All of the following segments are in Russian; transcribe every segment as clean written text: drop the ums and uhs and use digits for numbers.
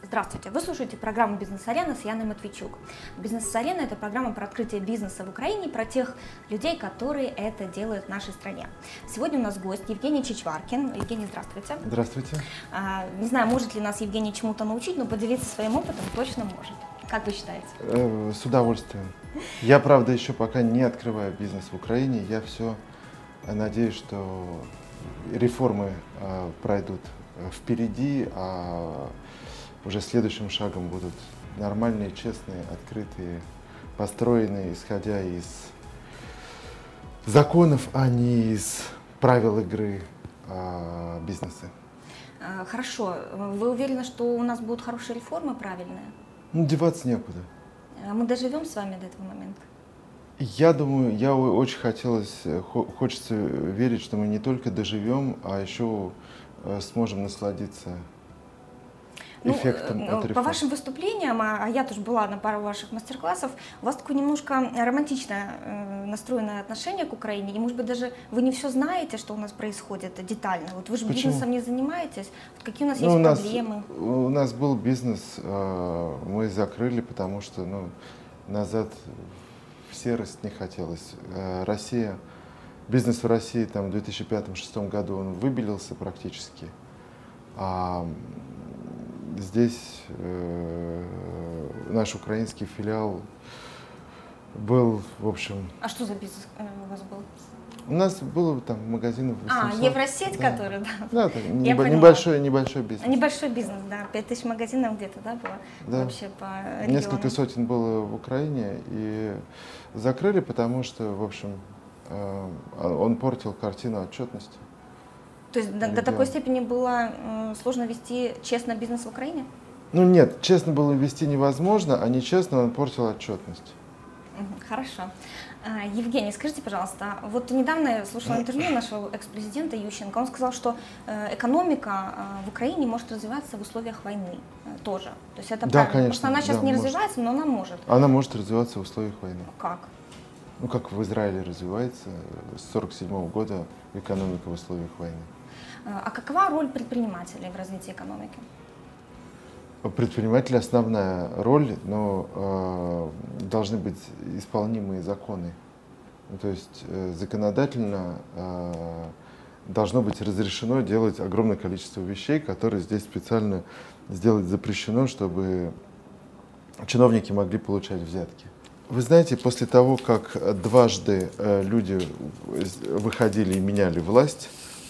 Здравствуйте! Вы слушаете программу «Бизнес-арена» с Яной Матвейчук. «Бизнес-арена» — это программа про открытие бизнеса в Украине, про тех людей, которые это делают в нашей стране. Сегодня у нас гость Евгений Чичваркин. Евгений, здравствуйте. Здравствуйте. Не знаю, может ли нас Евгений чему-то научить, но поделиться своим опытом точно может. Как вы считаете? С удовольствием. Я, правда, еще пока не открываю бизнес в Украине. Я все надеюсь, что реформы пройдут впереди, а уже следующим шагом будут нормальные, честные, открытые, построенные, исходя из законов, а не из правил игры бизнеса. Хорошо. Вы уверены, что у нас будут хорошие реформы, правильные? Ну, деваться некуда. Мы доживем с вами до этого момента? Я думаю, хочется верить, что мы не только доживем, а еще сможем насладиться эффектом от реформ. По вашим выступлениям, а я тоже была на пару ваших мастер-классов, у вас такое немножко романтично настроенное отношение к Украине, и, может быть, даже вы не все знаете, что у нас происходит детально. Вот вы же бизнесом не занимаетесь, вот какие у нас есть проблемы? У нас был бизнес, мы закрыли, потому что назад в серость не хотелось. Бизнес в России там, в 2005-2006 году он выбелился практически. Здесь наш украинский филиал был, в общем... А что за бизнес у вас был? У нас было там магазинов 800. Евросеть, да. который, да. Да, небольшой бизнес. Небольшой бизнес, да. 5000 магазинов где-то, да, было? Да. Вообще по регионам. Несколько сотен было в Украине, и закрыли, потому что, в общем, он портил картину отчетности. То есть до такой степени было сложно вести честно бизнес в Украине? Ну нет, честно было вести невозможно, а нечестно он портил отчетность. Хорошо. Евгений, скажите, пожалуйста, вот недавно я слушала интервью нашего экс-президента Ющенко. Он сказал, что экономика в Украине может развиваться в условиях войны тоже. То есть это правильно, конечно, потому что она сейчас не развивается, но она может. Она может развиваться в условиях войны. Как? Ну, как в Израиле развивается с 1947 года экономика в условиях войны. А какова роль предпринимателей в развитии экономики? Предприниматель основная роль, но должны быть исполнимые законы. То есть законодательно должно быть разрешено делать огромное количество вещей, которые здесь специально сделать запрещено, чтобы чиновники могли получать взятки. Вы знаете, после того, как дважды люди выходили и меняли власть,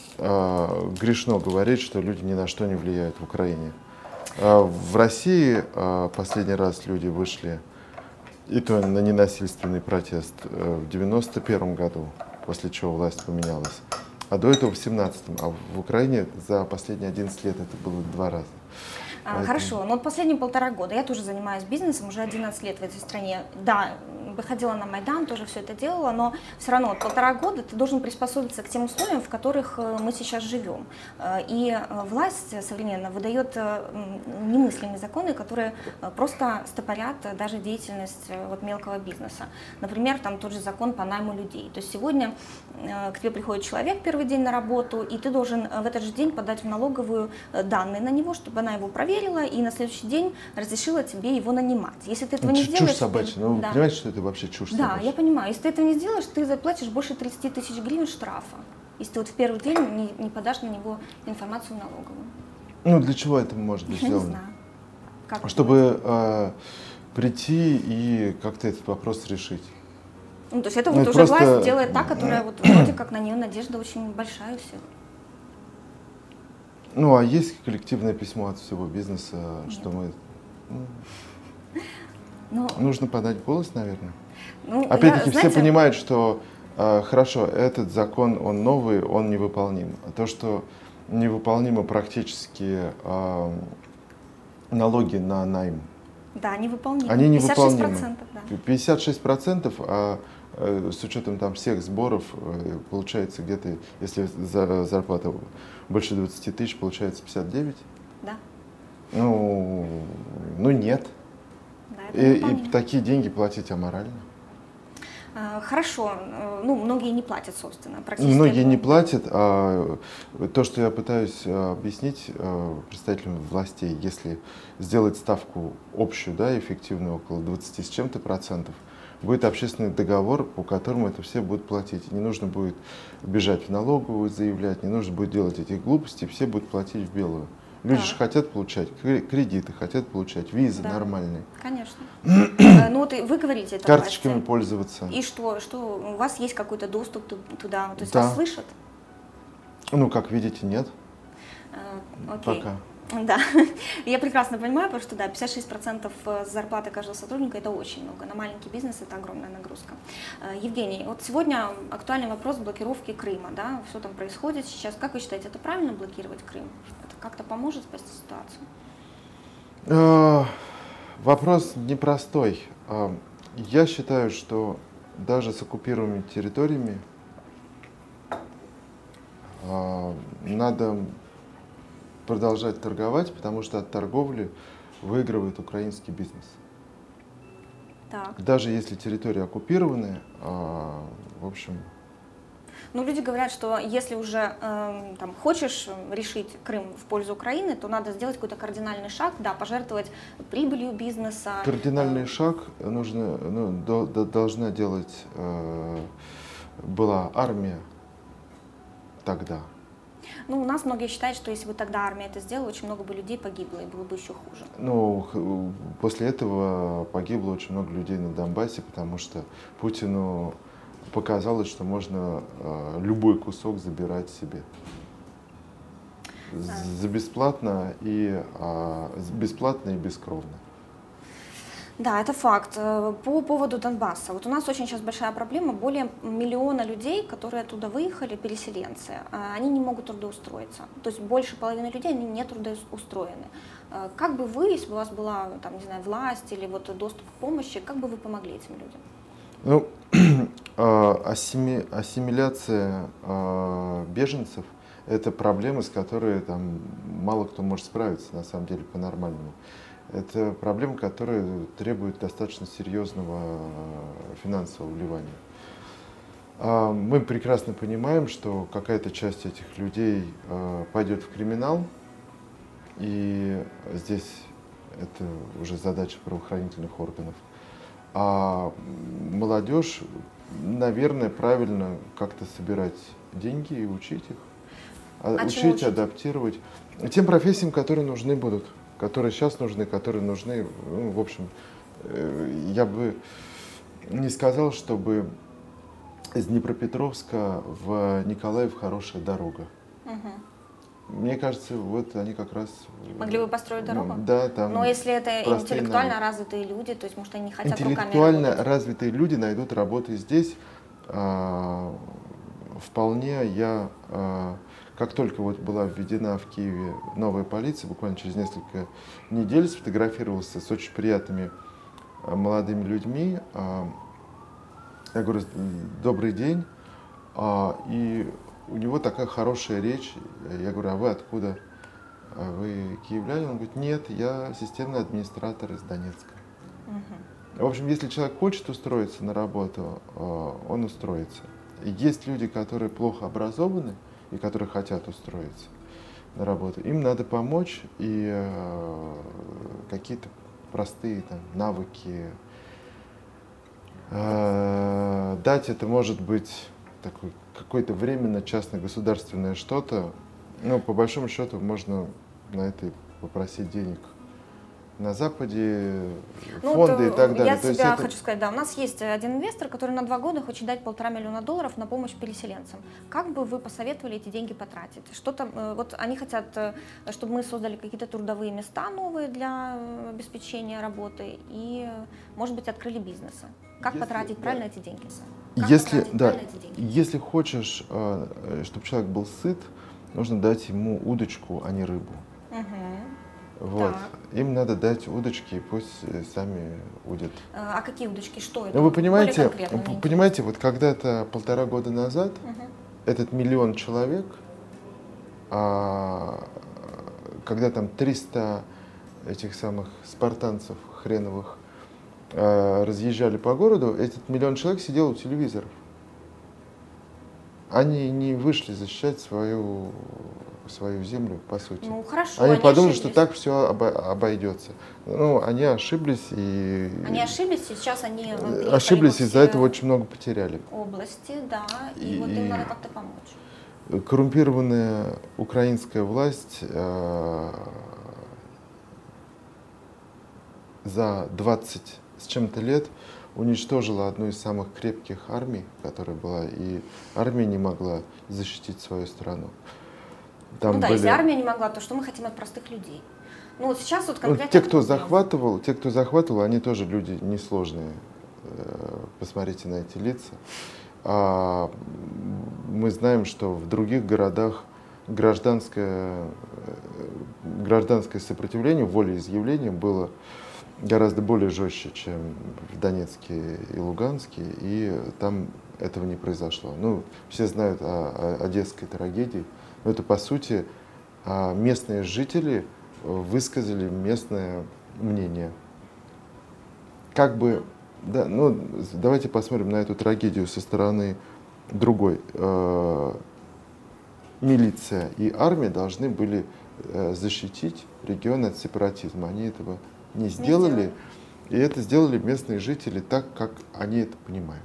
грешно говорить, что люди ни на что не влияют в Украине. В России последний раз люди вышли, и то на ненасильственный протест, в 1991 году, после чего власть поменялась, а до этого в 1917. А в Украине за последние 11 лет это было 2 раза. Хорошо, но последние 1,5 года я тоже занимаюсь бизнесом, уже 11 лет в этой стране. Да, выходила на Майдан, тоже все это делала, но все равно 1,5 года ты должен приспособиться к тем условиям, в которых мы сейчас живем. И власть современная выдает немыслимые законы, которые просто стопорят даже деятельность мелкого бизнеса. Например, там тот же закон по найму людей. То есть сегодня к тебе приходит человек первый день на работу, и ты должен в этот же день подать в налоговую данные на него, чтобы она его проверила, и на следующий день разрешила тебе его нанимать. Если ты этого не сделаешь... Чушь собачья. Вы понимаете, что это вообще чушь собачья? Да, я понимаю. Если ты этого не сделаешь, ты заплатишь больше 30 тысяч гривен штрафа, если ты в первый день не подашь на него информацию налоговую. Для чего это может быть сделано? Не знаю. Как чтобы прийти и как-то этот вопрос решить. То есть это уже власть делает та, которая вроде как на нее надежда очень большая у всех. А есть коллективное письмо от всего бизнеса, нет, что мы... Нужно подать голос, наверное. Опять-таки, все понимают, что хорошо, этот закон, он новый, он невыполним. А то, что невыполнимы практически налоги на найм. Да, невыполнимы. Они невыполнимы. 56%, да. 56%, а с учетом там всех сборов, получается где-то, если зарплата больше 20 тысяч, получается 59? Да. Нет. Да, и такие деньги платить аморально. Хорошо, ну, многие не платят, собственно, практически. Многие не платят, а то, что я пытаюсь объяснить представителям властей, если сделать ставку общую, да, эффективную, около 20 с чем-то процентов, будет общественный договор, по которому это все будут платить. Не нужно будет бежать в налоговую, заявлять, не нужно будет делать этих глупостей, все будут платить в белую. Люди же хотят получать кредиты, хотят получать визы нормальные. Конечно. Ну вот вы говорите это. Карточками пользоваться. И что у вас есть какой-то доступ туда? То есть вас слышат? Ну, как видите, нет. Окей. Пока. Да, я прекрасно понимаю, потому что да, 56% зарплаты каждого сотрудника это очень много. На маленький бизнес это огромная нагрузка. Евгений, вот сегодня актуальный вопрос блокировки Крыма, да, все там происходит сейчас. Как вы считаете, это правильно блокировать Крым? Это как-то поможет спасти ситуацию? Вопрос непростой. Я считаю, что даже с оккупированными территориями надо продолжать торговать, потому что от торговли выигрывает украинский бизнес. Так. Даже если территория оккупированная, в общем... Ну, люди говорят, что если уже там, хочешь решить Крым в пользу Украины, то надо сделать какой-то кардинальный шаг, да, пожертвовать прибылью бизнеса. Кардинальный шаг нужно, должна делать была армия тогда. Ну, у нас многие считают, что если бы тогда армия это сделала, очень много бы людей погибло, и было бы еще хуже. Ну, после этого погибло очень много людей на Донбассе, потому что Путину показалось, что можно любой кусок забирать себе. За бесплатно и бескровно. Да, это факт. По поводу Донбасса. Вот у нас очень сейчас большая проблема. Более 1 миллиона людей, которые оттуда выехали, переселенцы, они не могут трудоустроиться. То есть больше половины людей, они не трудоустроены. Как бы вы, если бы у вас была, там, не знаю, власть или вот доступ к помощи, как бы вы помогли этим людям? Ну, ассимиляция беженцев – это проблема, с которой там мало кто может справиться, на самом деле, по-нормальному. Это проблема, которая требует достаточно серьезного финансового вливания. Мы прекрасно понимаем, что какая-то часть этих людей пойдет в криминал, и здесь это уже задача правоохранительных органов. А молодежь, наверное, правильно как-то собирать деньги и учить их, учить, адаптировать тем профессиям, которые нужны будут. Которые сейчас нужны, которые нужны. Ну, в общем, я бы не сказал, чтобы из Днепропетровска в Николаев хорошая дорога. Угу. Мне кажется, вот они как раз... Могли бы построить дорогу? Да, там. Но если это интеллектуально развитые люди, то есть, может, они не хотят руками работать? Интеллектуально развитые люди найдут работу и здесь. Вполне я... Как только вот была введена в Киеве новая полиция, буквально через несколько недель сфотографировался с очень приятными молодыми людьми. Я говорю: добрый день. И у него такая хорошая речь. Я говорю: а вы откуда? Вы киевлянин? Он говорит: нет, я системный администратор из Донецка. В общем, если человек хочет устроиться на работу, он устроится. И есть люди, которые плохо образованы, и которые хотят устроиться на работу, им надо помочь и какие-то простые там навыки дать. Это может быть такое какое-то временно частно-государственное что-то. Ну, по большому счету, можно на это попросить денег на Западе, фонды и так далее. Я себя хочу сказать, да, у нас есть один инвестор, который на 2 года хочет дать $1,5 миллиона на помощь переселенцам. Как бы вы посоветовали эти деньги потратить? Что-то, вот они хотят, чтобы мы создали какие-то трудовые места новые для обеспечения работы и, может быть, открыли бизнесы. Как потратить правильно эти деньги? Если хочешь, чтобы человек был сыт, нужно дать ему удочку, а не рыбу. Вот. Им надо дать удочки, пусть сами удят. А какие удочки? Что это? Ну, вы понимаете, вот когда-то 1,5 года назад этот 1 миллион человек, когда там 300 этих самых спартанцев хреновых разъезжали по городу, этот 1 миллион человек сидел у телевизоров. Они не вышли защищать свою землю, по сути. Ну, хорошо, они подумали, ошиблись. что так все обойдется. Ну, они ошиблись и... Они ошиблись, и сейчас они ошиблись, из-за этого очень много потеряли. Области, да, и вот им надо как-то помочь. Коррумпированная украинская власть за 20 с чем-то лет уничтожила одну из самых крепких армий, которая была, и армия не могла защитить свою страну. Там ну да, были... если армия не могла, то что мы хотим от простых людей? Ну вот сейчас вот конкретно... те, кто захватывал, они тоже люди несложные. Посмотрите на эти лица. Мы знаем, что в других городах гражданское сопротивление, волеизъявление было гораздо более жестче, чем в Донецке и Луганске, и там этого не произошло. Ну, все знают о одесской трагедии, но это, по сути, местные жители высказали местное мнение. Как бы, да, ну, давайте посмотрим на эту трагедию со стороны другой. Милиция и армия должны были защитить регион от сепаратизма. Они этого не сделали, и это сделали местные жители так, как они это понимают.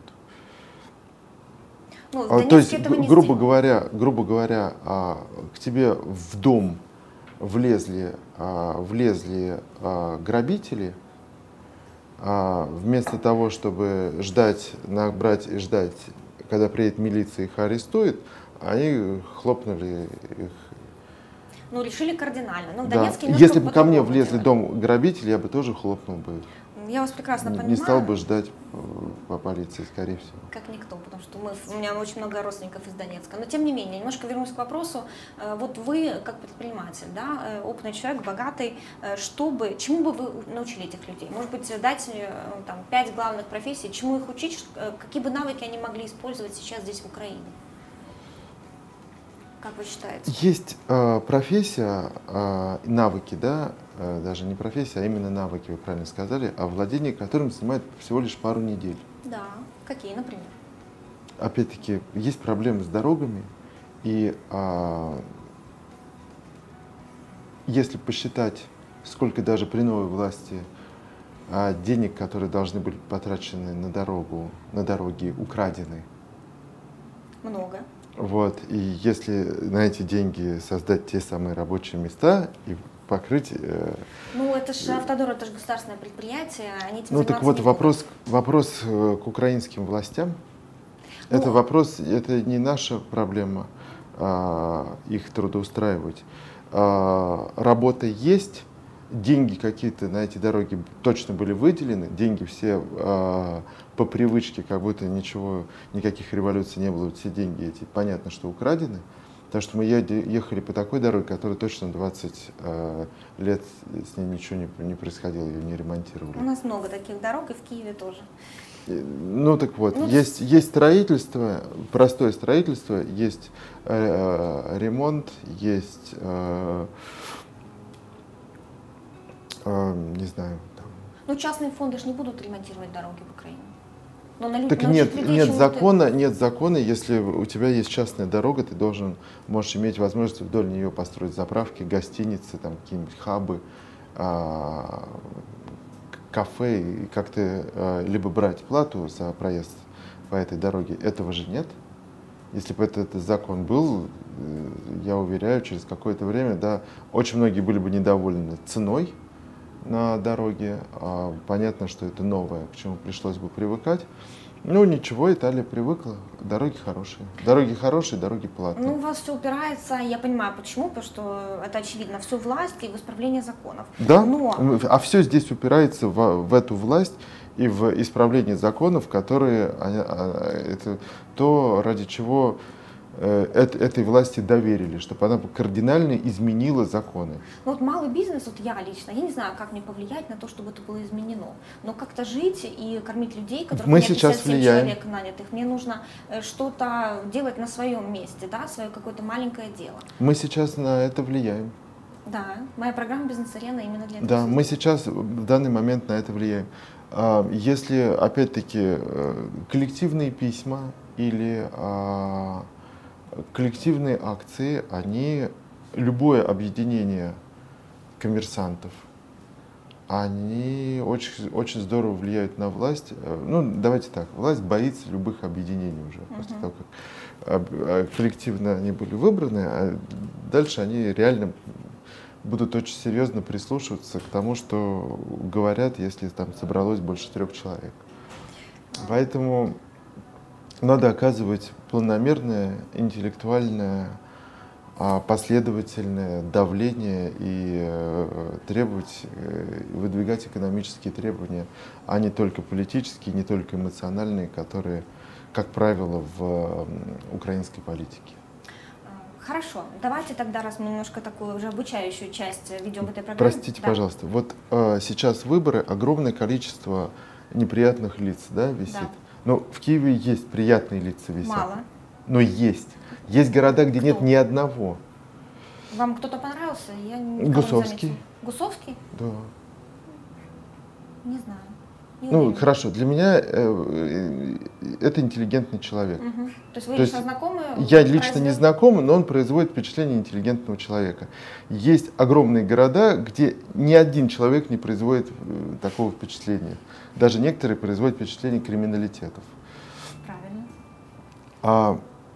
Ну, то есть, грубо говоря, к тебе в дом влезли грабители, вместо того, чтобы набрать и ждать, когда приедет милиция и их арестует, они хлопнули их. Ну, решили кардинально. Ну, в Да. Донецке Если бы ко мне влезли в дом грабители, я бы тоже хлопнул бы. Я вас прекрасно понимаю. Не стал бы ждать по полиции, скорее всего. Как никто, потому что у меня очень много родственников из Донецка. Но тем не менее, немножко вернусь к вопросу. Вот вы, как предприниматель, да, опытный человек, богатый, чему бы вы научили этих людей? Может быть, дать там 5 главных профессий, чему их учить, какие бы навыки они могли использовать сейчас здесь, в Украине? Как вы считаете? Есть профессия, навыки, да, даже не профессия, а именно навыки, вы правильно сказали, о владении которым занимает всего лишь пару недель. Да, какие, например? Опять-таки, есть проблемы с дорогами, и если посчитать, сколько даже при новой власти денег, которые должны быть потрачены на дороги, украдены. Много. Вот, и если на эти деньги создать те самые рабочие места и покрыть... Ну, это же Автодор, это же государственное предприятие, они этим Ну, так вот, вопрос к украинским властям. Ну, это не наша проблема их трудоустраивать. Работа есть, деньги какие-то на эти дороги точно были выделены, деньги все по привычке, как будто никаких революций не было, все деньги эти, понятно, что украдены. Потому что мы ехали по такой дороге, которая точно 20 лет с ней ничего не происходило, ее не ремонтировали. У нас много таких дорог, и в Киеве тоже. Ну так вот, есть строительство, простое строительство, есть ремонт, есть, не знаю. Ну, частные фонды же не будут ремонтировать дороги в Украине. Но так нет закона, если у тебя есть частная дорога, ты можешь иметь возможность вдоль нее построить заправки, гостиницы, там какие-нибудь хабы, кафе, и как-то либо брать плату за проезд по этой дороге. Этого же нет. Если бы этот закон был, я уверяю, через какое-то время, да, очень многие были бы недовольны ценой на дороге. Понятно, что это новое, к чему пришлось бы привыкать. Ну ничего, Италия привыкла. Дороги хорошие. Дороги платные. Ну, у вас все упирается, я понимаю почему, потому что это очевидно, всю власть и в исправление законов. Да, а все здесь упирается в эту власть и в исправление законов, которые это то, ради чего этой власти доверили, чтобы она кардинально изменила законы. Ну вот малый бизнес, вот я лично, я не знаю, как мне повлиять на то, чтобы это было изменено, но как-то жить и кормить людей, которых мы у меня сейчас 57 влияем. человек нанятых, мне нужно что-то делать на своем месте, да, свое какое-то маленькое дело. Мы сейчас на это влияем. Да, моя программа «Бизнес-арена» именно для этого. Да, мы сейчас в данный момент на это влияем. Если, опять-таки, коллективные письма или коллективные акции, любое объединение коммерсантов, они очень здорово влияют на власть. Ну, давайте так, власть боится любых объединений уже, после того, как коллективно они были выбраны, а дальше они реально будут очень серьезно прислушиваться к тому, что говорят, если там собралось больше 3 человек. Поэтому надо оказывать планомерное, интеллектуальное, последовательное давление и требовать, выдвигать экономические требования, а не только политические, не только эмоциональные, которые, как правило, в украинской политике. Хорошо, давайте тогда, раз мы немножко такую уже обучающую часть ведем в этой программе. Простите, пожалуйста, вот сейчас выборы, огромное количество неприятных лиц, да, висит. Да. Ну, в Киеве есть приятные лица висят. Мало. Но есть. Есть города, где нет ни одного. Вам кто-то понравился? Я Гусовский. Гусовский? Да. Не знаю. Ну, хорошо, для меня это интеллигентный человек. То есть вы лично знакомы? Я лично не знаком, но он производит впечатление интеллигентного человека. Есть огромные города, где ни один человек не производит такого впечатления. Даже некоторые производят впечатление криминалитетов. Правильно.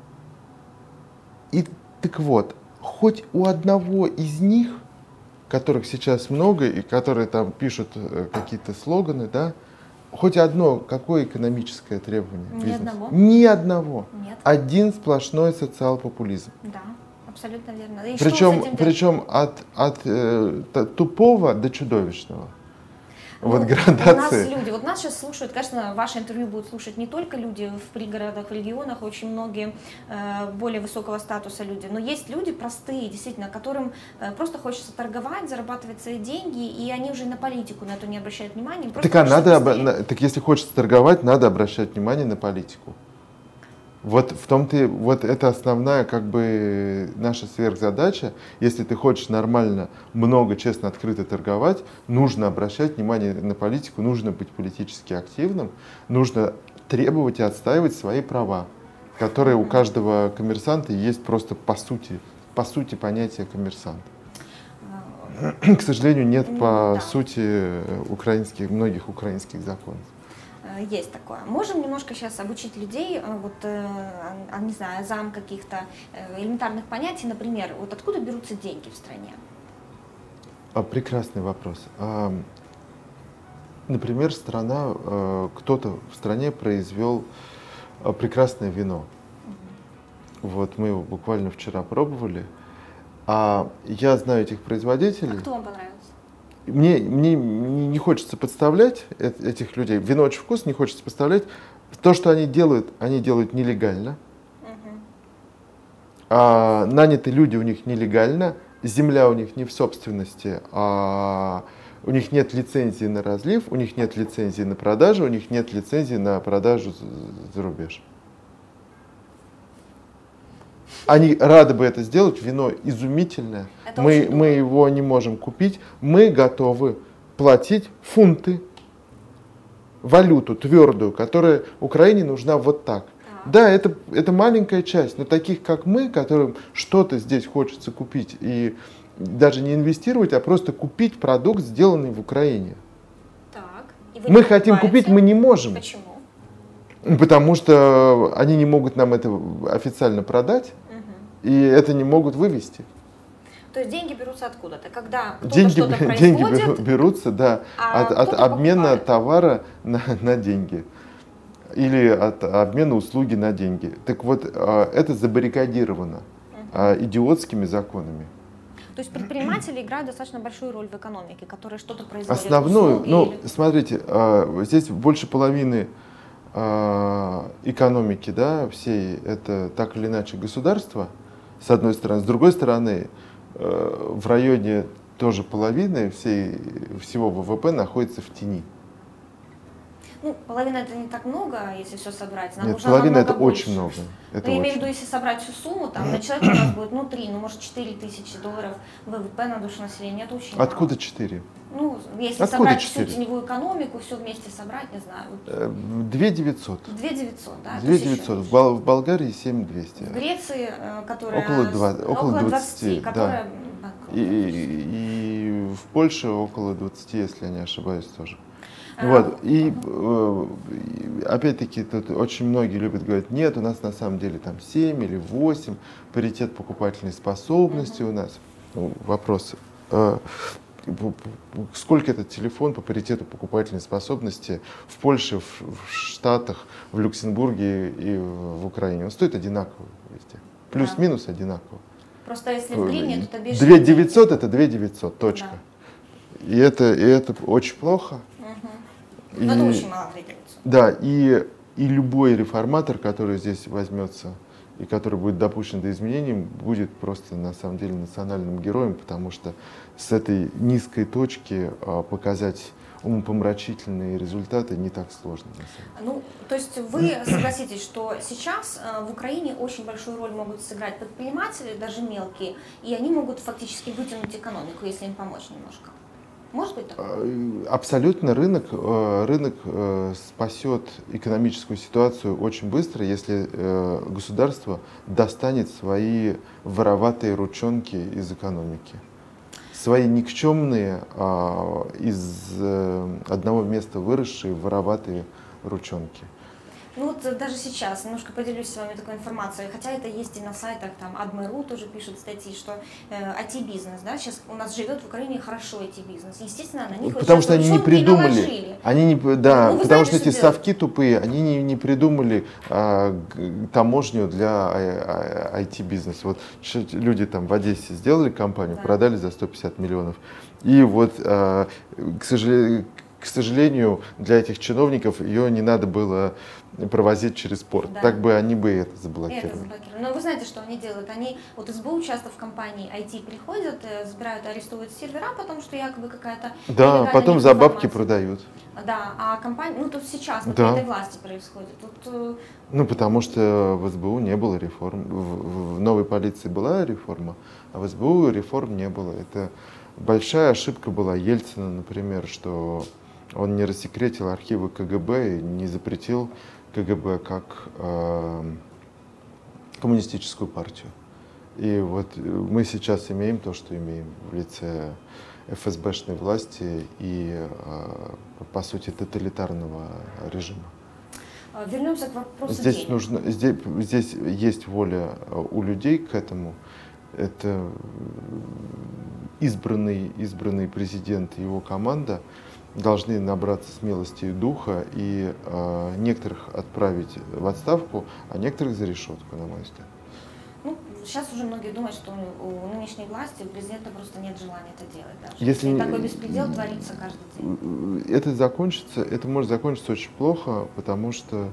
И так вот, хоть у одного из них, которых сейчас много и которые там пишут какие-то слоганы, да, хоть одно, какое экономическое требование? Ни одного. Ни одного. Нет. Один сплошной социал-популизм. Да, абсолютно верно. Причем от тупого до чудовищного. Вот градация. У нас люди, вот нас сейчас слушают, конечно, ваше интервью будут слушать не только люди в пригородах, в регионах, очень многие более высокого статуса люди, но есть люди простые, действительно, которым просто хочется торговать, зарабатывать свои деньги, и они уже на политику на это не обращают внимания. Так если хочется торговать, надо обращать внимание на политику. Вот в том-то, вот это основная как бы наша сверхзадача. Если ты хочешь нормально, много, честно, открыто торговать, нужно обращать внимание на политику, нужно быть политически активным, нужно требовать и отстаивать свои права, которые у каждого коммерсанта есть просто по сути понятия коммерсант. К сожалению, нет по сути многих украинских законов. Есть такое. Можем немножко сейчас обучить людей, вот, не знаю, азам каких-то элементарных понятий, например, вот откуда берутся деньги в стране? Прекрасный вопрос. Например, кто-то в стране произвел прекрасное вино. Вот мы его буквально вчера пробовали. Я знаю этих производителей. А кто вам понравился? Мне не хочется подставлять этих людей. Вино очень вкусно, не хочется подставлять. То, что они делают нелегально. Наняты люди у них нелегально. Земля у них не в собственности, у них нет лицензии на разлив, у них нет лицензии на продажу, у них нет лицензии на продажу за рубеж. Они рады бы это сделать, вино изумительное, мы его не можем купить, мы готовы платить фунты, валюту твердую, которая Украине нужна вот так. Да, это маленькая часть, но таких как мы, которым что-то здесь хочется купить и даже не инвестировать, а просто купить продукт, сделанный в Украине. Так. Мы хотим купить, мы не можем. Почему? Потому что они не могут нам это официально продать, и это не могут вывести. То есть деньги берутся откуда-то? Когда деньги берутся, да, от обмена товара на деньги. Или от обмена услуги на деньги. Так вот, это забаррикадировано идиотскими законами. То есть предприниматели играют достаточно большую роль в экономике, которые что-то производят. Основную, смотрите, здесь больше половины экономики, да, всей, это так или иначе государство, с одной стороны. С другой стороны, в районе тоже половины всего ВВП находится в тени. Ну, половина это не так много, если все собрать. Нам Нет, нужно половина намного это больше. очень много. Это Но я имею в очень. виду, если собрать всю сумму, там на человека у нас будет, ну, 3, ну, может, 4 тысячи долларов ВВП на душу населения. Это очень Откуда мало. 4? Ну, если Откуда собрать 4? всю теневую экономику, все вместе собрать, не знаю. 2900. 2900, да? 2900. В Болгарии 7200. В Греции, которая около 20, которая да. банкрот. И в Польше около 20, если я не ошибаюсь, тоже. А, Вот. И опять-таки тут очень многие любят говорить, нет, у нас на самом деле там 7 или 8, паритет покупательной способности у нас. Ну, вопрос. Сколько этот телефон по паритету покупательной способности в Польше, в Штатах, в Люксембурге и в Украине? Он стоит одинаково везде. Плюс-минус одинаково. Просто если в гривне, то это 2900 это 2900, точка. Да. И это очень плохо. Но это очень мало 2900. Да, и любой реформатор, который здесь возьмется и который будет допущен до изменений, будет просто на самом деле национальным героем, потому что с этой низкой точки показать умопомрачительные результаты не так сложно. На самом деле. Ну, то есть вы согласитесь, что сейчас в Украине очень большую роль могут сыграть предприниматели, даже мелкие, и они могут фактически вытянуть экономику, если им помочь немножко. Может быть такое? Абсолютно рынок спасет экономическую ситуацию очень быстро, если государство достанет свои вороватые ручонки из экономики. Свои никчемные, из одного места выросшие вороватые ручонки. Ну вот даже сейчас немножко поделюсь с вами такой информацией, хотя это есть и на сайтах, там Adme.ru тоже пишут статьи, что IT-бизнес, да, сейчас у нас живет в Украине хорошо IT-бизнес. Естественно, на них потому что они не придумали, да, ну, потому знаете, что эти что совки тупые, они не придумали таможню для IT-бизнеса. Вот люди там в Одессе сделали компанию, да. Продали за 150 миллионов. И вот, к сожалению, для этих чиновников ее не надо было провозить через порт. Да. Так бы они бы это заблокировали. Но вы знаете, что они делают? Они, вот СБУ часто в компании IT приходят, забирают, арестуют сервера, потому что якобы какая-то... Да, потом за бабки продают. Да, а компания, ну тут сейчас, вот да. при этой власти происходит. Тут... Ну, потому что в СБУ не было реформ. В новой полиции была реформа, а в СБУ реформ не было. Это большая ошибка была Ельцина, например, что он не рассекретил архивы КГБ и не запретил КГБ как коммунистическую партию. И вот мы сейчас имеем то, что имеем в лице ФСБшной власти и, по сути, тоталитарного режима. Вернемся к вопросу здесь есть воля у людей к этому. Это избранный президент и его команда должны набраться смелости и духа и некоторых отправить в отставку, а некоторых за решетку, на мой взгляд. Ну, сейчас уже многие думают, что у нынешней власти, у президента просто нет желания это делать. Даже. Если такой беспредел творится каждый день. Это может закончиться очень плохо, потому что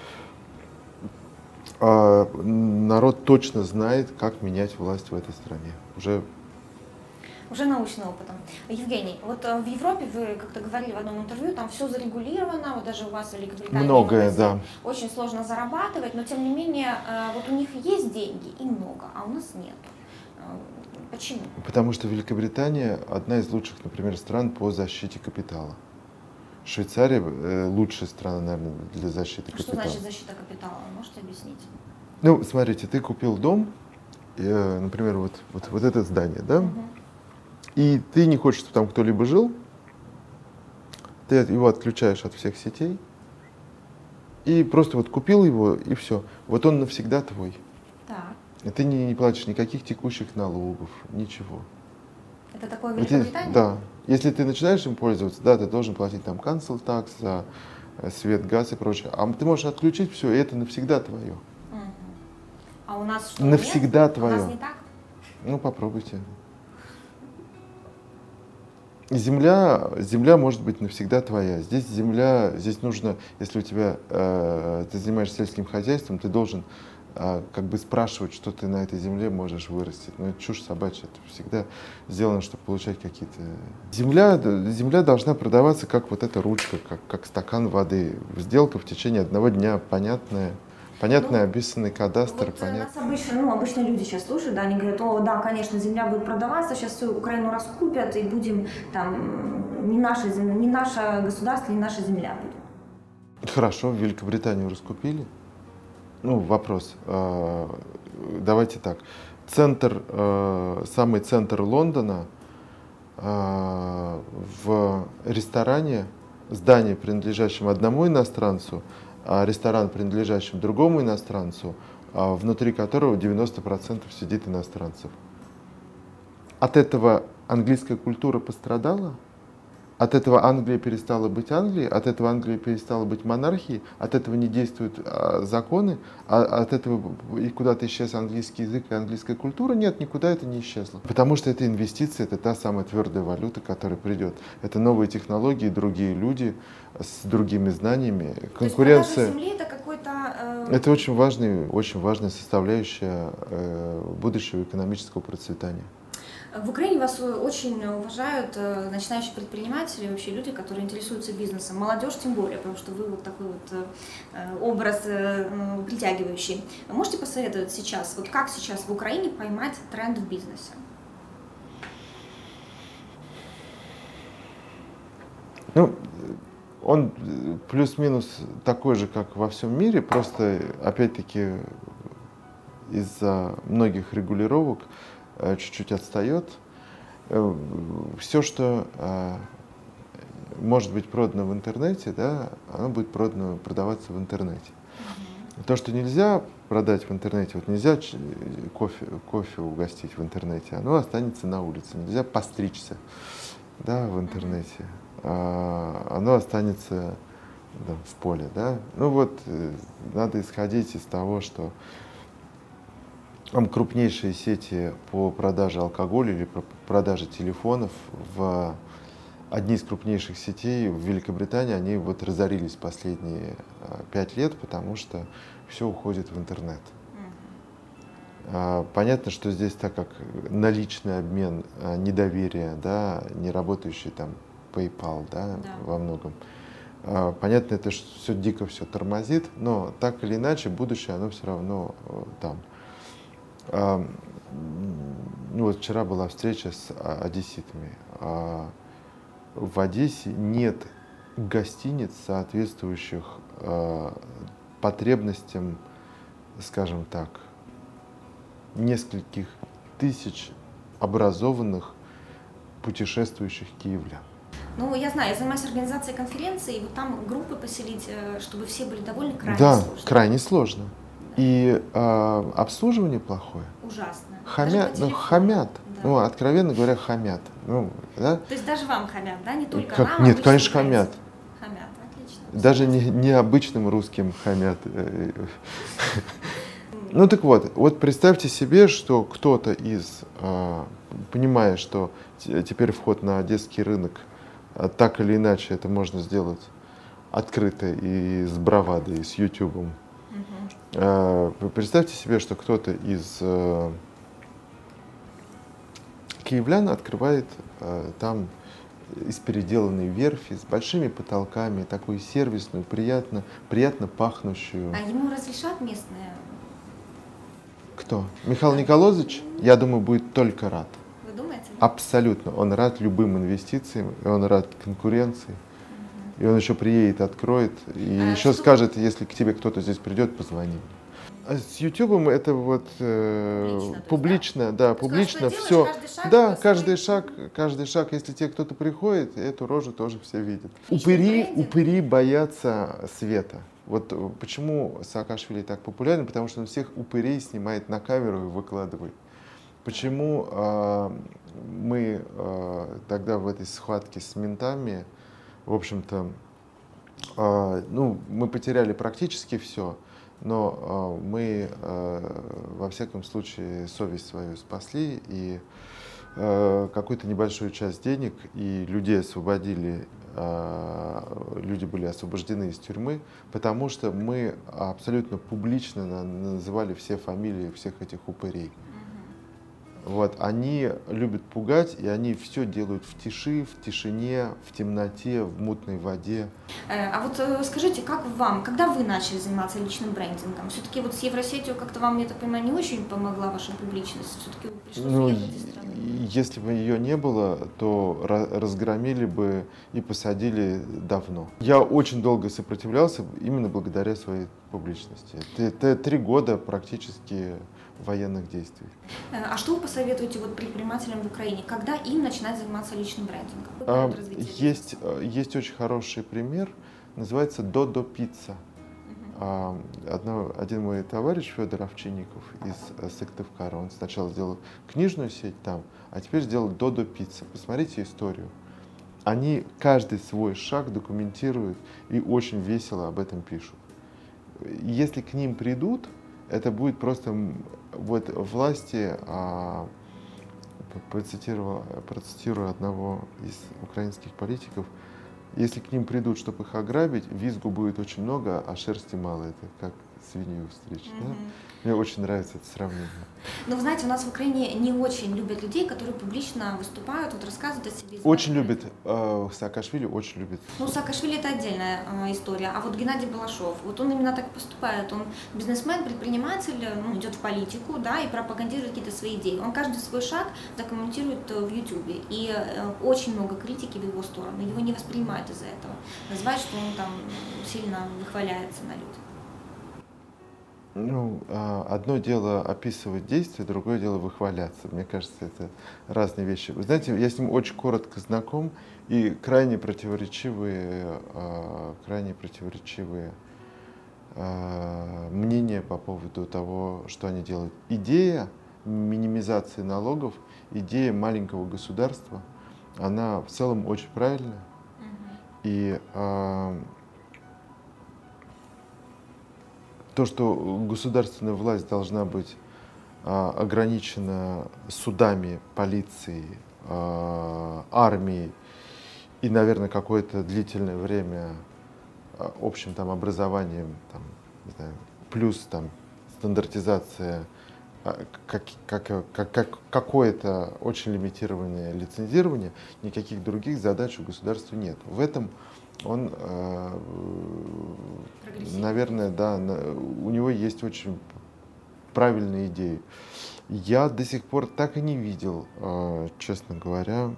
народ точно знает, как менять власть в этой стране. Уже научным опытом. Евгений, вот в Европе, вы как-то говорили в одном интервью, там все зарегулировано, вот даже у вас в Великобритании многое, да. Очень сложно зарабатывать, но тем не менее, вот у них есть деньги и много, а у нас нет. Почему? Потому что Великобритания одна из лучших, например, стран по защите капитала. Швейцария лучшая страна, наверное, для защиты капитала. Что значит защита капитала? Вы можете объяснить? Ну, смотрите, ты купил дом, например, вот это здание, да? Угу. И ты не хочешь, чтобы там кто-либо жил, ты его отключаешь от всех сетей, и просто вот купил его, и все. Вот он навсегда твой. Так. И ты не платишь никаких текущих налогов, ничего. Это такое в Великобритании? Да. Если ты начинаешь им пользоваться, да, ты должен платить там council tax за свет, газ и прочее. А ты можешь отключить все, и это навсегда твое. Угу. А у нас что, навсегда нет? твое. У нас не так? Ну, попробуйте. Земля может быть навсегда твоя. Здесь нужно, если у тебя, ты занимаешься сельским хозяйством, ты должен как бы спрашивать, что ты на этой земле можешь вырастить. Но это чушь собачья, это всегда сделано, чтобы получать какие-то... Земля должна продаваться как вот эта ручка, как стакан воды. Сделка в течение одного дня, понятная, описанный кадастр, Вот понятно. нас обычные люди сейчас слушают, да, они говорят, о, да, конечно, земля будет продаваться, сейчас всю Украину раскупят, и будем там, не наше государство, не наша земля будет. Хорошо, Великобританию раскупили. Ну, вопрос. Давайте так. Самый центр Лондона в ресторане, здании, принадлежащем одному иностранцу, а ресторан, принадлежащим другому иностранцу, внутри которого 90% сидит иностранцев. От этого английская культура пострадала? От этого Англия перестала быть Англией, от этого Англия перестала быть монархией, от этого не действуют законы, от этого и куда-то исчез английский язык и английская культура. Нет, никуда это не исчезло. Потому что это инвестиции, это та самая твердая валюта, которая придет. Это новые технологии, другие люди с другими знаниями. Конкуренция. То есть продажа земли это какой-то... Это очень важная составляющая будущего экономического процветания. В Украине вас очень уважают начинающие предприниматели, вообще люди, которые интересуются бизнесом, молодежь тем более, потому что вы вот такой вот образ притягивающий. Вы можете посоветовать сейчас, вот как сейчас в Украине поймать тренд в бизнесе? Ну, он плюс-минус такой же, как во всем мире, просто, опять-таки, из-за многих регулировок чуть-чуть отстает. Все, что может быть продано в интернете, да, оно будет продаваться в интернете. То, что нельзя продать в интернете, вот нельзя кофе угостить в интернете, оно останется на улице. Нельзя постричься, да, в интернете, оно останется, да, в поле. Да. Ну вот, надо исходить из того, что крупнейшие сети по продаже алкоголя или по продаже телефонов, одни из крупнейших сетей в Великобритании, они вот разорились последние 5 лет, потому что все уходит в интернет. Понятно, что здесь, так как наличный обмен, недоверие, да, не работающий там PayPal, да, во многом, понятно, это все дико все тормозит, но так или иначе будущее, оно все равно там. Ну вот вчера была встреча с одесситами. В Одессе нет гостиниц, соответствующих потребностям, скажем так, нескольких тысяч образованных путешествующих киевлян. Ну, я знаю, я занимаюсь организацией конференций, и вот там группы поселить, чтобы все были довольны, крайне да, сложно. Крайне сложно. И обслуживание плохое. Ужасно. Хамят, Да. ну, откровенно говоря, хамят. Ну, да? То есть даже вам хамят, да? Не только нам, Нет, конечно, хамят. Хамят, отлично. Даже не обычным русским хамят. Ну так вот представьте себе, что кто-то понимая, что теперь вход на одесский рынок, так или иначе это можно сделать открыто и с бравадой, и с ютубом. Представьте себе, что кто-то из киевлян открывает там из переделанной верфи с большими потолками, такую сервисную, приятно пахнущую. А ему разрешат местные? Кто? Михаил Николозович, я думаю, будет только рад. Вы думаете? Абсолютно. Он рад любым инвестициям, и он рад конкуренции. И он еще приедет, откроет, и еще скажет, если к тебе кто-то здесь придет, позвони. А с Ютубом это вот публично, да, публично все. Да, каждый шаг, если тебе кто-то приходит, эту рожу тоже все видят. Упыри боятся света. Вот почему Саакашвили так популярен, потому что он всех упырей снимает на камеру и выкладывает. Почему мы тогда в этой схватке с ментами, в общем-то, мы потеряли практически все, но мы, во всяком случае, совесть свою спасли и какую-то небольшую часть денег и людей освободили люди были освобождены из тюрьмы, потому что мы абсолютно публично называли все фамилии всех этих упырей. Вот, они любят пугать, и они все делают в тиши, в тишине, в темноте, в мутной воде. А вот скажите, как вам, когда вы начали заниматься личным брендингом? Все-таки вот с Евросетью как-то вам, я так понимаю, не очень помогла ваша публичность? Все-таки пришлось уехать из страны? Если бы ее не было, то разгромили бы и посадили давно. Я очень долго сопротивлялся именно благодаря своей публичности. Это 3 года практически военных действий. А что вы посоветуете вот предпринимателям в Украине? Когда им начинать заниматься личным брендингом? Есть очень хороший пример, называется Додо Пицца. Один мой товарищ Федор Овчинников из Сыктывкара, он сначала сделал книжную сеть там, а теперь сделал Додо Пицца. Посмотрите историю. Они каждый свой шаг документируют и очень весело об этом пишут. Если к ним придут, это будет просто вот власти, процитирую одного из украинских политиков, если к ним придут, чтобы их ограбить, визгу будет очень много, а шерсти мало. Это как свинью встретить. Да? Мне очень нравится это сравнение. Но вы знаете, у нас в Украине не очень любят людей, которые публично выступают, вот рассказывают о себе. Очень любит. Саакашвили очень любит. Ну, Саакашвили это отдельная история. А вот Геннадий Балашов, вот он именно так поступает. Он бизнесмен, предприниматель, идет в политику, да, и пропагандирует какие-то свои идеи. Он каждый свой шаг документирует в Ютубе. И очень много критики в его сторону. Его не воспринимают из-за этого. Называют, что он там сильно выхваляется на людях. Ну, одно дело описывать действия, другое дело выхваляться. Мне кажется, это разные вещи. Вы знаете, я с ним очень коротко знаком, и крайне противоречивые мнения по поводу того, что они делают. Идея минимизации налогов, идея маленького государства, она в целом очень правильная. И то, что государственная власть должна быть ограничена судами, полицией, армией и, наверное, какое-то длительное время общим там образованием, там, не знаю, плюс там стандартизация, какое-то очень лимитированное лицензирование, никаких других задач у государства нет. В этом он, наверное, да, у него есть очень правильные идеи. Я до сих пор так и не видел, честно говоря,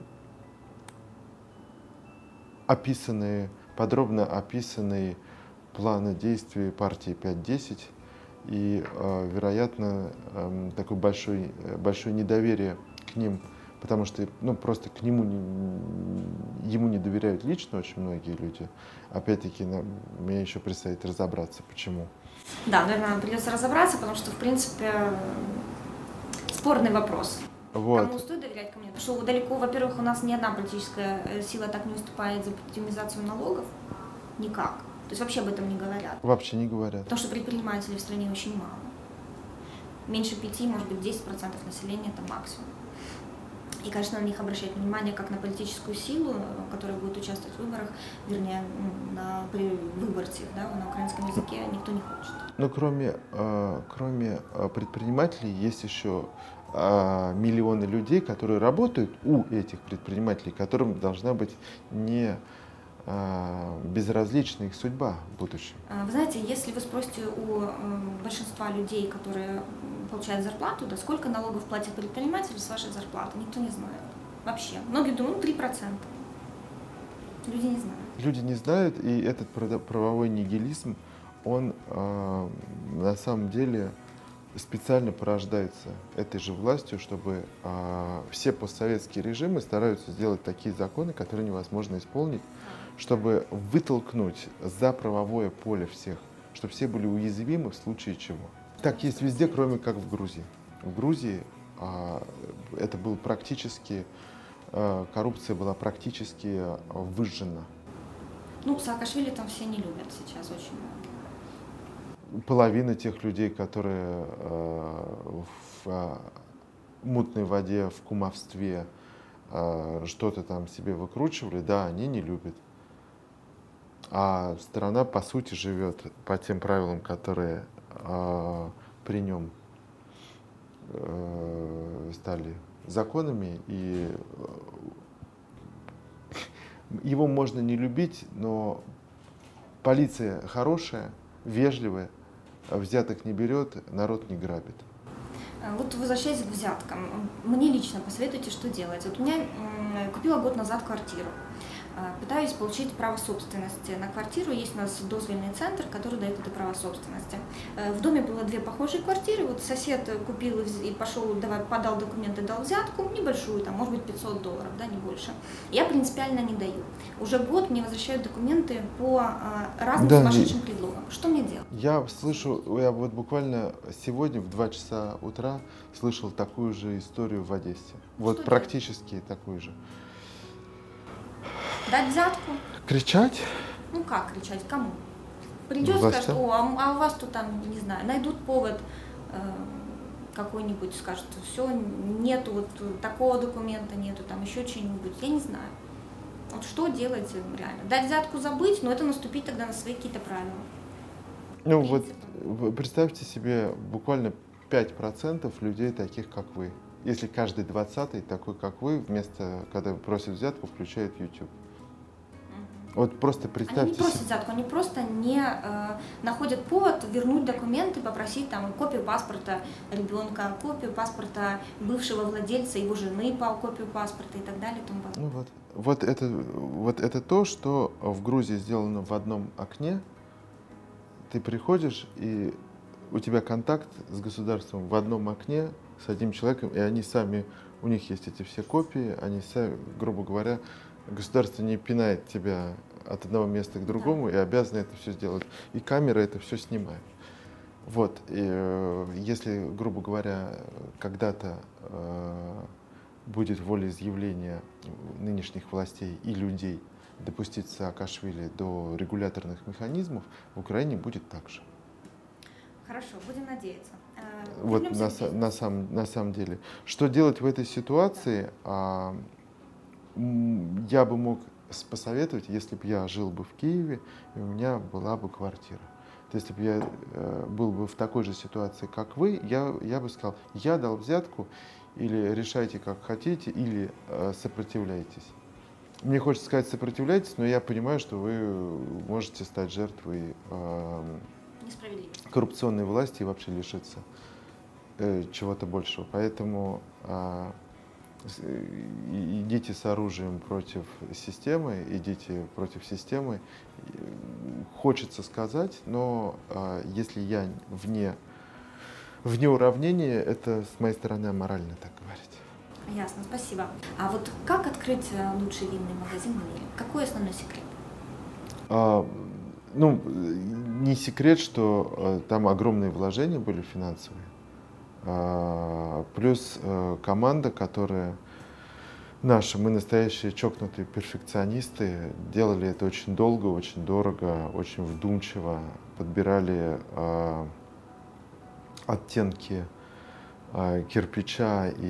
подробно описанные планы действий партии 5-10 и, вероятно, такое большое недоверие к ним, потому что просто ему не доверяют лично очень многие люди. Опять-таки, мне еще предстоит разобраться, почему. Да, наверное, придется разобраться, потому что, в принципе, спорный вопрос. Вот. Кому стоит доверять, кому нет? Потому что далеко, во-первых, у нас ни одна политическая сила так не выступает за оптимизацию налогов. Никак. То есть вообще об этом не говорят. Вообще не говорят. Потому что предпринимателей в стране очень мало. Меньше 5, может быть, 10% населения – это максимум. И, конечно, на них обращать внимание как на политическую силу, которая будет участвовать в выборах, вернее, при выборцах, да, на украинском языке никто не хочет. Но кроме предпринимателей есть еще миллионы людей, которые работают у этих предпринимателей, которым должна быть не безразлична их судьба в будущем. Вы знаете, если вы спросите у большинства людей, которые получают зарплату, да, сколько налогов платят предприниматели с вашей зарплаты, никто не знает. Вообще. Многие думают, 3%. Люди не знают. Люди не знают, и этот правовой нигилизм, он на самом деле специально порождается этой же властью, чтобы все постсоветские режимы стараются сделать такие законы, которые невозможно исполнить, чтобы вытолкнуть за правовое поле всех, чтобы все были уязвимы в случае чего. Так есть везде, кроме как в Грузии. В Грузии это был практически, коррупция была практически выжжена. Ну, Саакашвили там все не любят сейчас очень много. Половина тех людей, которые в мутной воде, в кумовстве что-то там себе выкручивали, да, они не любят. А страна, по сути, живет по тем правилам, которые при нем стали законами, и его можно не любить, но полиция хорошая, вежливая, взяток не берет, народ не грабит. Вот возвращаясь к взяткам, мне лично посоветуйте, что делать. Вот у меня купила год назад квартиру. Пытаюсь получить право собственности на квартиру. Есть у нас дозвольный центр, который дает это право собственности. В доме было 2 похожие квартиры. Вот сосед купил и пошел, подал документы, дал взятку, небольшую, там, может быть, $500, да, не больше. Я принципиально не даю. Уже год мне возвращают документы по разным сумасшедшим предлогам. Что мне делать? Я слышу, я вот буквально сегодня в 2 часа утра слышал такую же историю в Одессе. Вот Что практически такую же. Дать взятку? Кричать? Ну как кричать? Кому? Придет, Властям. скажет, а у вас тут там, не знаю, найдут повод какой-нибудь, скажут, все, нету вот такого документа, нету там еще чего-нибудь, я не знаю. Вот что делать реально? Дать взятку, забыть, но это наступить тогда на свои какие-то правила. Ну вот представьте себе буквально 5% людей таких, как вы. Если каждый 20-й такой, как вы, вместо, когда просит взятку, включает YouTube. Вот просто представьте Они не просят себе. взятку, они просто не находят повод вернуть документы, попросить там копию паспорта ребенка, копию паспорта бывшего владельца, его жены, копию паспорта и так далее. И тому подобное. Ну вот это то, что в Грузии сделано в одном окне. Ты приходишь, и у тебя контакт с государством в одном окне с одним человеком, и они сами, у них есть эти все копии, они сами, грубо говоря, государство не пинает тебя от одного места к другому, и обязано это все сделать. И камера это все снимает. Вот, и если, грубо говоря, когда-то будет волеизъявление нынешних властей и людей допустить Саакашвили до регуляторных механизмов, в Украине будет так же. Хорошо, будем надеяться. Вот на самом деле. Что делать в этой ситуации? Я бы мог посоветовать, если бы я жил бы в Киеве, и у меня была бы квартира. То есть, если бы я был бы в такой же ситуации, как вы, я бы сказал, я дал взятку, или решайте, как хотите, или сопротивляйтесь. Мне хочется сказать сопротивляйтесь, но я понимаю, что вы можете стать жертвой коррупционной власти и вообще лишиться чего-то большего. Поэтому идите с оружием против системы, идите против системы. Хочется сказать, но если я вне уравнения, это с моей стороны аморально так говорить. Ясно, спасибо. А вот как открыть лучший винный магазин в мире? Какой основной секрет? Ну, не секрет, что там огромные вложения были финансовые. Плюс команда, которая наша, мы настоящие чокнутые перфекционисты, делали это очень долго, очень дорого, очень вдумчиво, подбирали оттенки кирпича,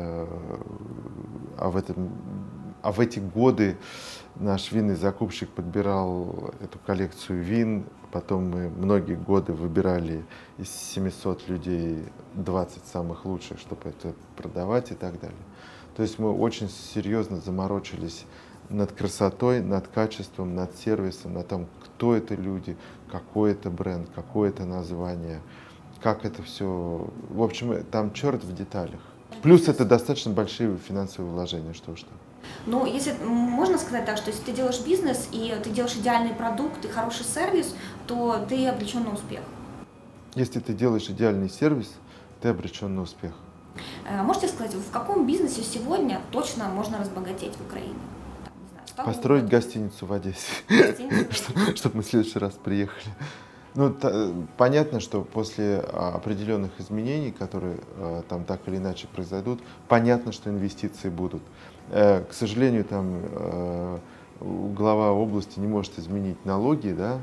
а в эти годы наш винный закупщик подбирал эту коллекцию вин, потом мы многие годы выбирали из 700 людей 20 самых лучших, чтобы это продавать и так далее. То есть мы очень серьезно заморочились над красотой, над качеством, над сервисом, над том, кто это люди, какой это бренд, какое это название, как это все. В общем, там черт в деталях. Плюс это достаточно большие финансовые вложения, что уж там. Ну, если можно сказать так, что если ты делаешь бизнес и ты делаешь идеальный продукт и хороший сервис, то ты обречен на успех. Если ты делаешь идеальный сервис, ты обречен на успех. Можете сказать, в каком бизнесе сегодня точно можно разбогатеть в Украине? Там, не знаю, построить гостиницу в Одессе, чтобы мы в следующий раз приехали. Ну, понятно, что после определенных изменений, которые там так или иначе произойдут, понятно, что инвестиции будут. К сожалению, там глава области не может изменить налоги, да,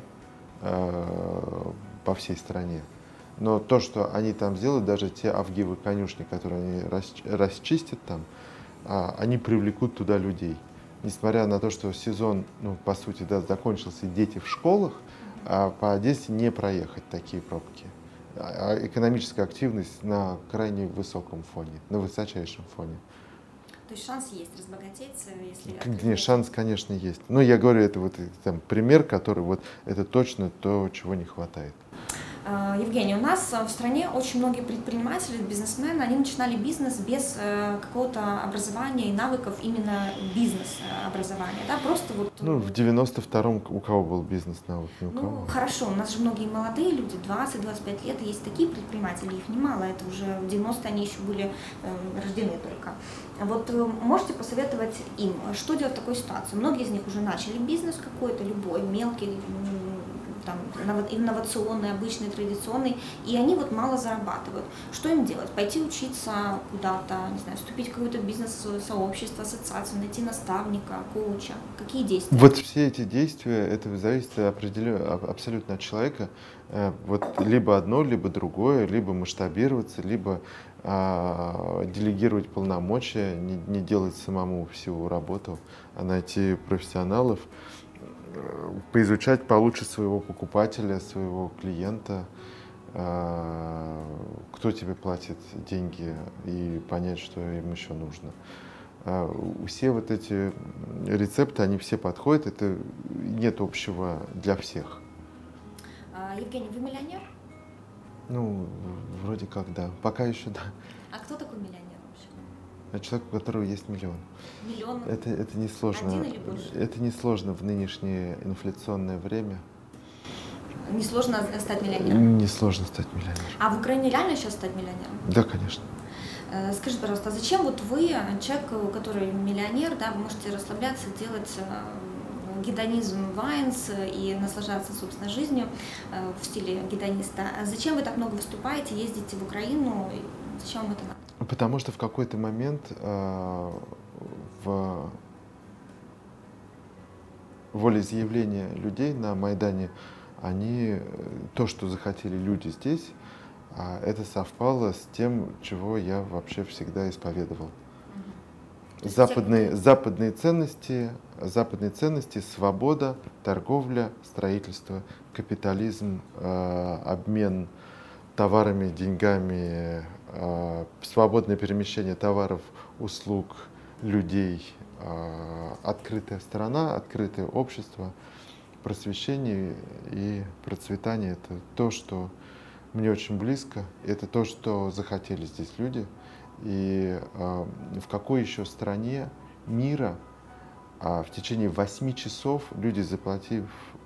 по всей стране. Но то, что они там сделают, даже те авгиевы конюшни, которые они расчистят там, они привлекут туда людей. несмотря на то, что сезон, ну, по сути, да, закончился, и дети в школах, а по Одессе не проехать такие пробки. А экономическая активность на крайне высоком фоне, на высочайшем фоне. То есть шанс есть разбогатеть, если... Нет, шанс, конечно, есть. Но я говорю, это вот там пример, который вот это точно то, чего не хватает. Евгений, у нас в стране очень многие предприниматели, бизнесмены, они начинали бизнес без какого-то образования и навыков именно бизнес-образования, да, просто вот... Ну, в 92-м у кого был бизнес-навык? Ни у кого. Ну, хорошо, у нас же многие молодые люди, 20-25 лет, есть такие предприниматели, их немало, это уже в 90-е они еще были рождены только. Вот можете посоветовать им, что делать в такой ситуации? Многие из них уже начали бизнес какой-то, любой, мелкий, там, инновационный, обычный, традиционный, и они вот мало зарабатывают. Что им делать? Пойти учиться куда-то, не знаю, вступить в какое-то бизнес-сообщество, ассоциацию, найти наставника, коуча? Какие действия? Вот все эти действия, это зависит абсолютно от человека. Вот либо одно, либо другое, либо масштабироваться, либо делегировать полномочия, не делать самому всю работу, а найти профессионалов, поизучать получше своего покупателя, своего клиента, кто тебе платит деньги, и понять, что им еще нужно. Все вот эти рецепты, они все подходят, это нет общего для всех. Евгений, вы миллионер? Ну, вроде как, да. Пока еще да. А кто такой миллионер вообще? Это человек, у которого есть миллион. Миллион? Это не сложно. Один или больше? Это не сложно в нынешнее инфляционное время. Не сложно стать миллионером? Не сложно стать миллионером. А в Украине реально сейчас стать миллионером? Да, конечно. Скажите, пожалуйста, а зачем вот вы, человек, который миллионер, да, вы можете расслабляться, делать гедонизм вайнс и наслаждаться, собственно, жизнью в стиле гедониста? А зачем вы так много выступаете, ездите в Украину? Зачем вам это надо? Потому что в какой-то момент в волеизъявления людей на Майдане, они, то, что захотели люди здесь, это совпало с тем, чего я вообще всегда исповедовал. Западные ценности, свобода, торговля, строительство, капитализм, обмен товарами, деньгами, свободное перемещение товаров, услуг, людей, открытая страна, открытое общество, просвещение и процветание — это то, что мне очень близко, это то, что захотели здесь люди. И в какой еще стране мира в течение 8 часов люди, заплатив,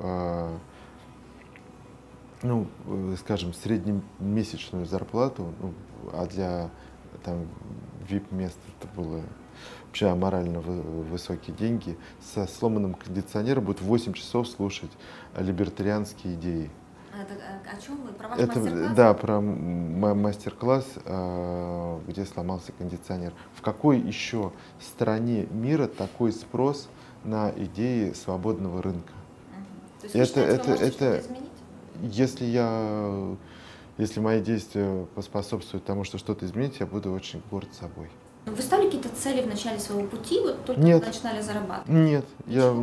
ну, скажем, среднемесячную зарплату, ну, а для там VIP-мест это было вообще аморально высокие деньги, со сломанным кондиционером будут 8 часов слушать либертарианские идеи. Это о чем вы? Про ваш Это, мастер-класс? да, про мастер-класс, где сломался кондиционер. В какой еще стране мира такой спрос на идеи свободного рынка? То есть вы считаете, вы можете что-то изменить? Если мои действия поспособствуют тому, что что-то изменить, я буду очень горд собой. Вы ставили какие-то цели в начале своего пути, вот только Нет. когда начинали зарабатывать? Нет, я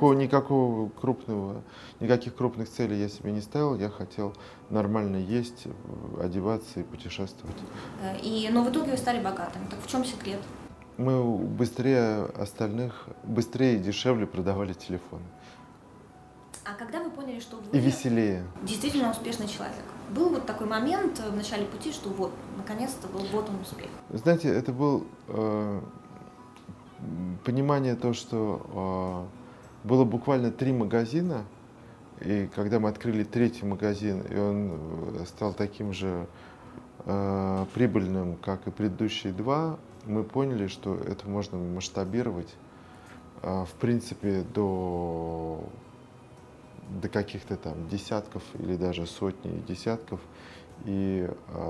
никаких крупных целей я себе не ставил. Я хотел нормально есть, одеваться и путешествовать. Но в итоге вы стали богатым. Так в чем секрет? Мы быстрее остальных, быстрее и дешевле продавали телефоны. А когда вы поняли, что И вы веселее. действительно успешный человек? Был вот такой момент в начале пути, что вот, наконец-то, вот он успех? Знаете, это был понимание то, что было буквально 3 магазина, и когда мы открыли 3-й магазин, и он стал таким же прибыльным, как и предыдущие 2, мы поняли, что это можно масштабировать, в принципе, до каких-то там десятков или даже сотни и десятков. И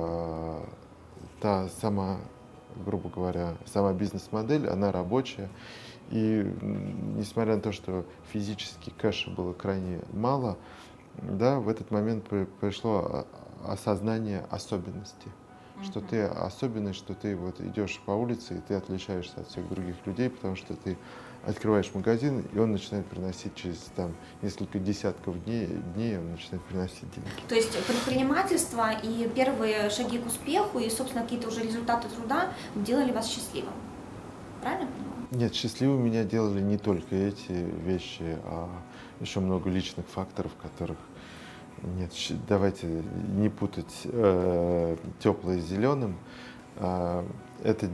та сама, грубо говоря, сама бизнес-модель, она рабочая. И несмотря на то, что физически кэша было крайне мало, да, в этот момент пришло осознание особенности. Что ты особенный, что ты вот идешь по улице, и ты отличаешься от всех других людей, потому что ты открываешь магазин, и он начинает приносить через там, несколько десятков дней он начинает приносить деньги. То есть предпринимательство и первые шаги к успеху, и, собственно, какие-то уже результаты труда делали вас счастливым. Правильно понимаю? Нет, счастливым меня делали не только эти вещи, а еще много личных факторов, которых нет. Давайте не путать теплое с зеленым. Это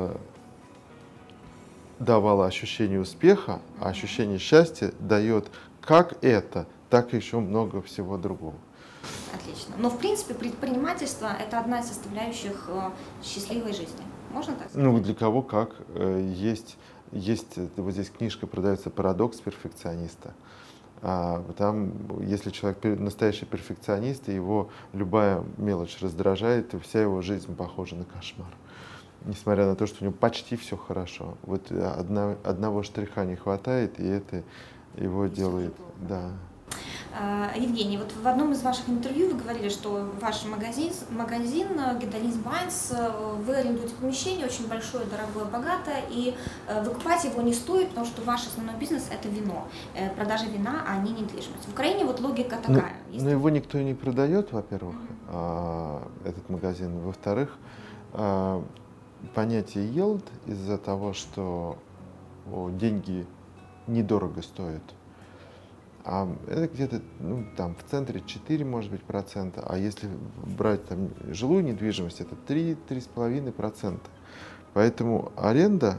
давало ощущение успеха, а ощущение счастья дает как это, так и еще много всего другого. Отлично. Но, в принципе, предпринимательство – это одна из составляющих счастливой жизни. Можно так сказать? Ну, для кого как. Есть вот здесь книжка продается «Парадокс перфекциониста». Там, если человек настоящий перфекционист, и его любая мелочь раздражает, то вся его жизнь похожа на кошмар. Несмотря на то, что у него почти все хорошо. Вот одного штриха не хватает, и это его делает. Да. Евгений, вот в одном из ваших интервью вы говорили, что ваш магазин Гедалис Байнс, вы арендуете помещение очень большое, дорогое, богатое, и выкупать его не стоит, потому что ваш основной бизнес – это вино, продажа вина, а не недвижимость. В Украине вот логика такая. Но его никто и не продает, во-первых, этот магазин. Во-вторых, понятие yield из-за того, что деньги недорого стоят. Это где-то там в центре 4, может быть, процента, а если брать там жилую недвижимость, это 3–3,5%. Поэтому аренда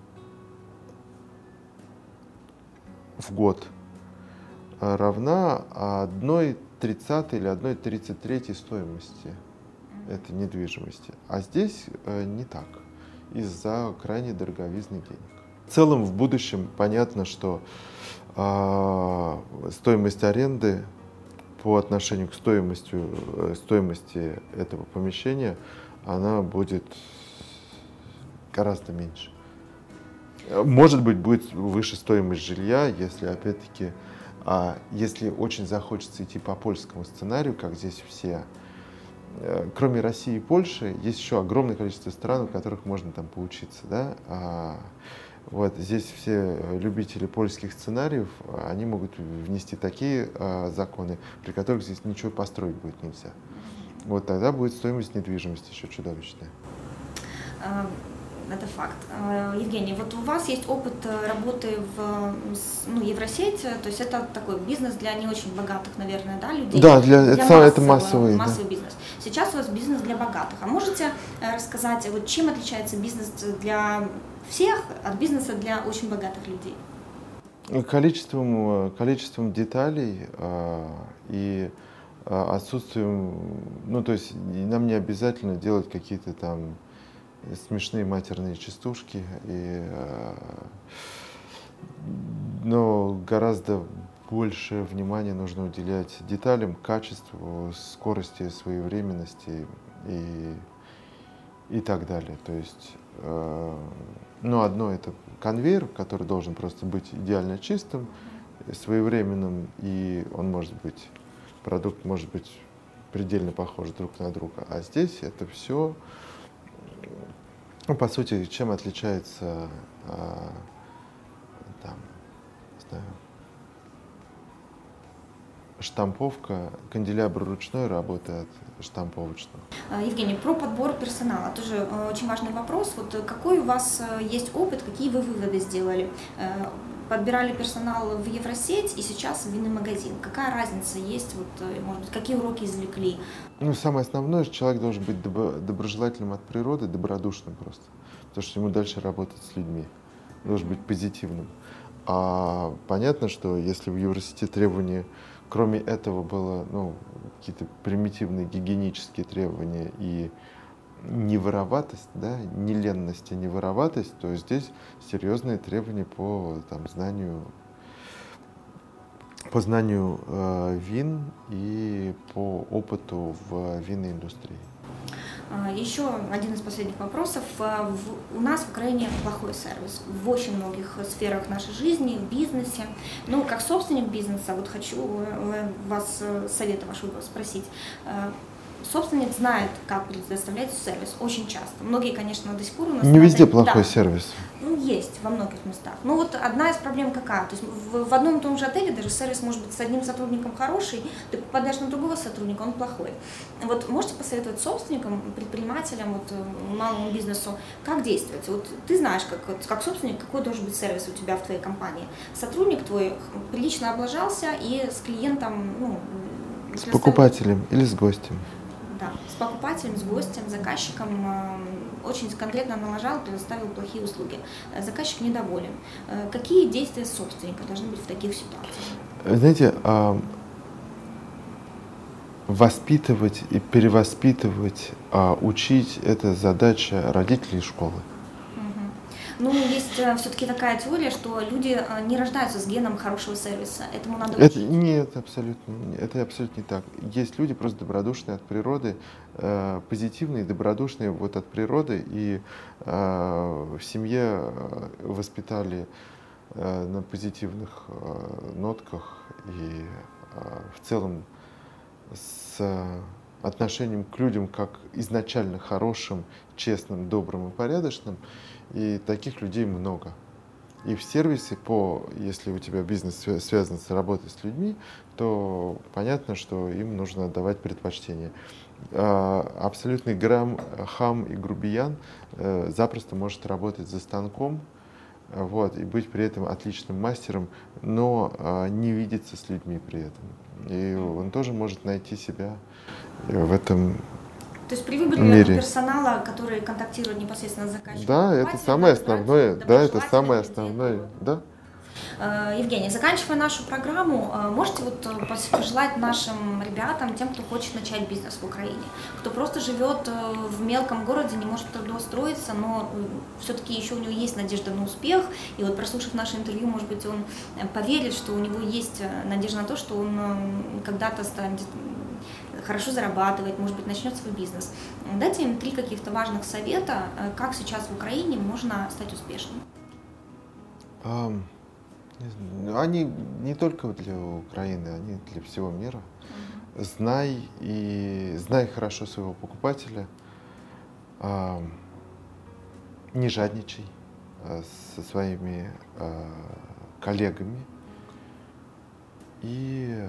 в год равна 1/30 или 1/33 стоимости этой недвижимости. А здесь не так, из-за крайней дороговизны денег. В целом, в будущем понятно, что стоимость аренды по отношению к стоимости этого помещения, она будет гораздо меньше. Может быть, будет выше стоимость жилья, если, опять-таки, если очень захочется идти по польскому сценарию, как здесь все. Кроме России и Польши, есть еще огромное количество стран, в которых можно там поучиться, да? Вот здесь все любители польских сценариев, они могут внести такие законы, при которых здесь ничего построить будет нельзя. Вот тогда будет стоимость недвижимости еще чудовищная. Это факт. Евгений, вот у вас есть опыт работы в Евросеть, то есть это такой бизнес для не очень богатых, наверное, да, людей? Да, это массовый бизнес. Сейчас у вас бизнес для богатых. А можете рассказать, вот чем отличается бизнес для всех от бизнеса для очень богатых людей? Количеством деталей и отсутствием, то есть нам не обязательно делать какие-то там смешные матерные частушки, но гораздо больше внимания нужно уделять деталям, качеству, скорости, своевременности и так далее. То есть, одно это конвейер, который должен просто быть идеально чистым, своевременным, и продукт может быть предельно похож друг на друга. А здесь это все, по сути, чем отличается штамповка, канделябр ручной работы от штамповочного. Евгений, про подбор персонала тоже очень важный вопрос. Вот какой у вас есть опыт, какие вы выводы сделали? Подбирали персонал в Евросеть и сейчас в винный магазин. Какая разница есть? Может быть, какие уроки извлекли? Самое основное, что человек должен быть доброжелательным от природы, добродушным просто. Потому что ему дальше работать с людьми. Должен быть позитивным. А понятно, что если в Евросети требования, кроме этого, было какие-то примитивные гигиенические требования и невороватость, да, не ленность, а невороватость, то здесь серьезные требования по знанию вин и по опыту в винной индустрии. Еще один из последних вопросов. У нас в Украине плохой сервис в очень многих сферах нашей жизни, в бизнесе. Как собственник бизнеса, вот хочу вас, совета вашего спросить. собственник знает, как предоставлять сервис очень часто. Многие, конечно, до сих пор у нас... Не везде плохой сервис. Ну, есть во многих местах. Ну, вот одна из проблем какая? То есть в одном и том же отеле даже сервис может быть с одним сотрудником хороший, ты попадаешь на другого сотрудника, он плохой. Вот можете посоветовать собственникам, предпринимателям, вот, малому бизнесу, как действовать? Вот ты знаешь, как собственник, какой должен быть сервис у тебя в твоей компании. Сотрудник твой прилично облажался и с клиентом, ну... С покупателем или с гостем? Да, с покупателем, с гостем, заказчиком очень конкретно налажал, предоставил плохие услуги. Заказчик недоволен. Какие действия собственника должны быть в таких ситуациях? Знаете, воспитывать и перевоспитывать, учить – это задача родителей и школы. Ну, есть все-таки такая теория, что люди не рождаются с геном хорошего сервиса, этому надо учить. Нет, это абсолютно не так. Есть люди просто добродушные от природы, позитивные, добродушные вот от природы, и в семье воспитали на позитивных нотках и в целом с отношением к людям как изначально хорошим, честным, добрым и порядочным. И таких людей много. И в сервисе, если у тебя бизнес связан с работой с людьми, то понятно, что им нужно отдавать предпочтение. Абсолютный хам и грубиян запросто может работать за станком, вот, и быть при этом отличным мастером, но не видеться с людьми при этом. И он тоже может найти себя в этом. То есть при выборе персонала, который контактирует непосредственно с заказчиком, да, это самое основное, да, это самое основное, да. Евгений, заканчивая нашу программу, можете вот пожелать нашим ребятам, тем, кто хочет начать бизнес в Украине, кто просто живет в мелком городе, не может трудоустроиться, но все-таки еще у него есть надежда на успех, и вот прослушав наше интервью, может быть, он поверит, что у него есть надежда на то, что он когда-то станет хорошо зарабатывать, может быть, начнет свой бизнес. Дайте им 3 каких-то важных совета, как сейчас в Украине можно стать успешным. Они не только для Украины, они для всего мира. Знай хорошо своего покупателя, не жадничай со своими коллегами и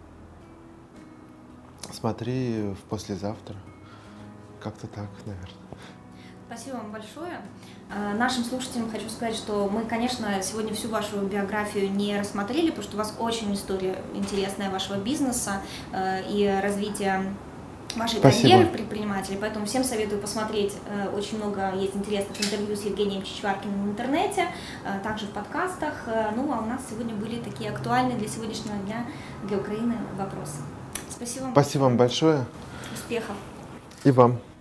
смотри в послезавтра. Как-то так, наверное. Спасибо вам большое. Нашим слушателям хочу сказать, что мы, конечно, сегодня всю вашу биографию не рассмотрели, потому что у вас очень история интересная вашего бизнеса и развития вашей карьеры предпринимателя, поэтому всем советую посмотреть. Очень много есть интересных интервью с Евгением Чичваркиным в интернете, также в подкастах. Ну, а у нас сегодня были такие актуальные для сегодняшнего дня для Украины вопросы. Спасибо вам. Спасибо вам большое. Успехов. И вам.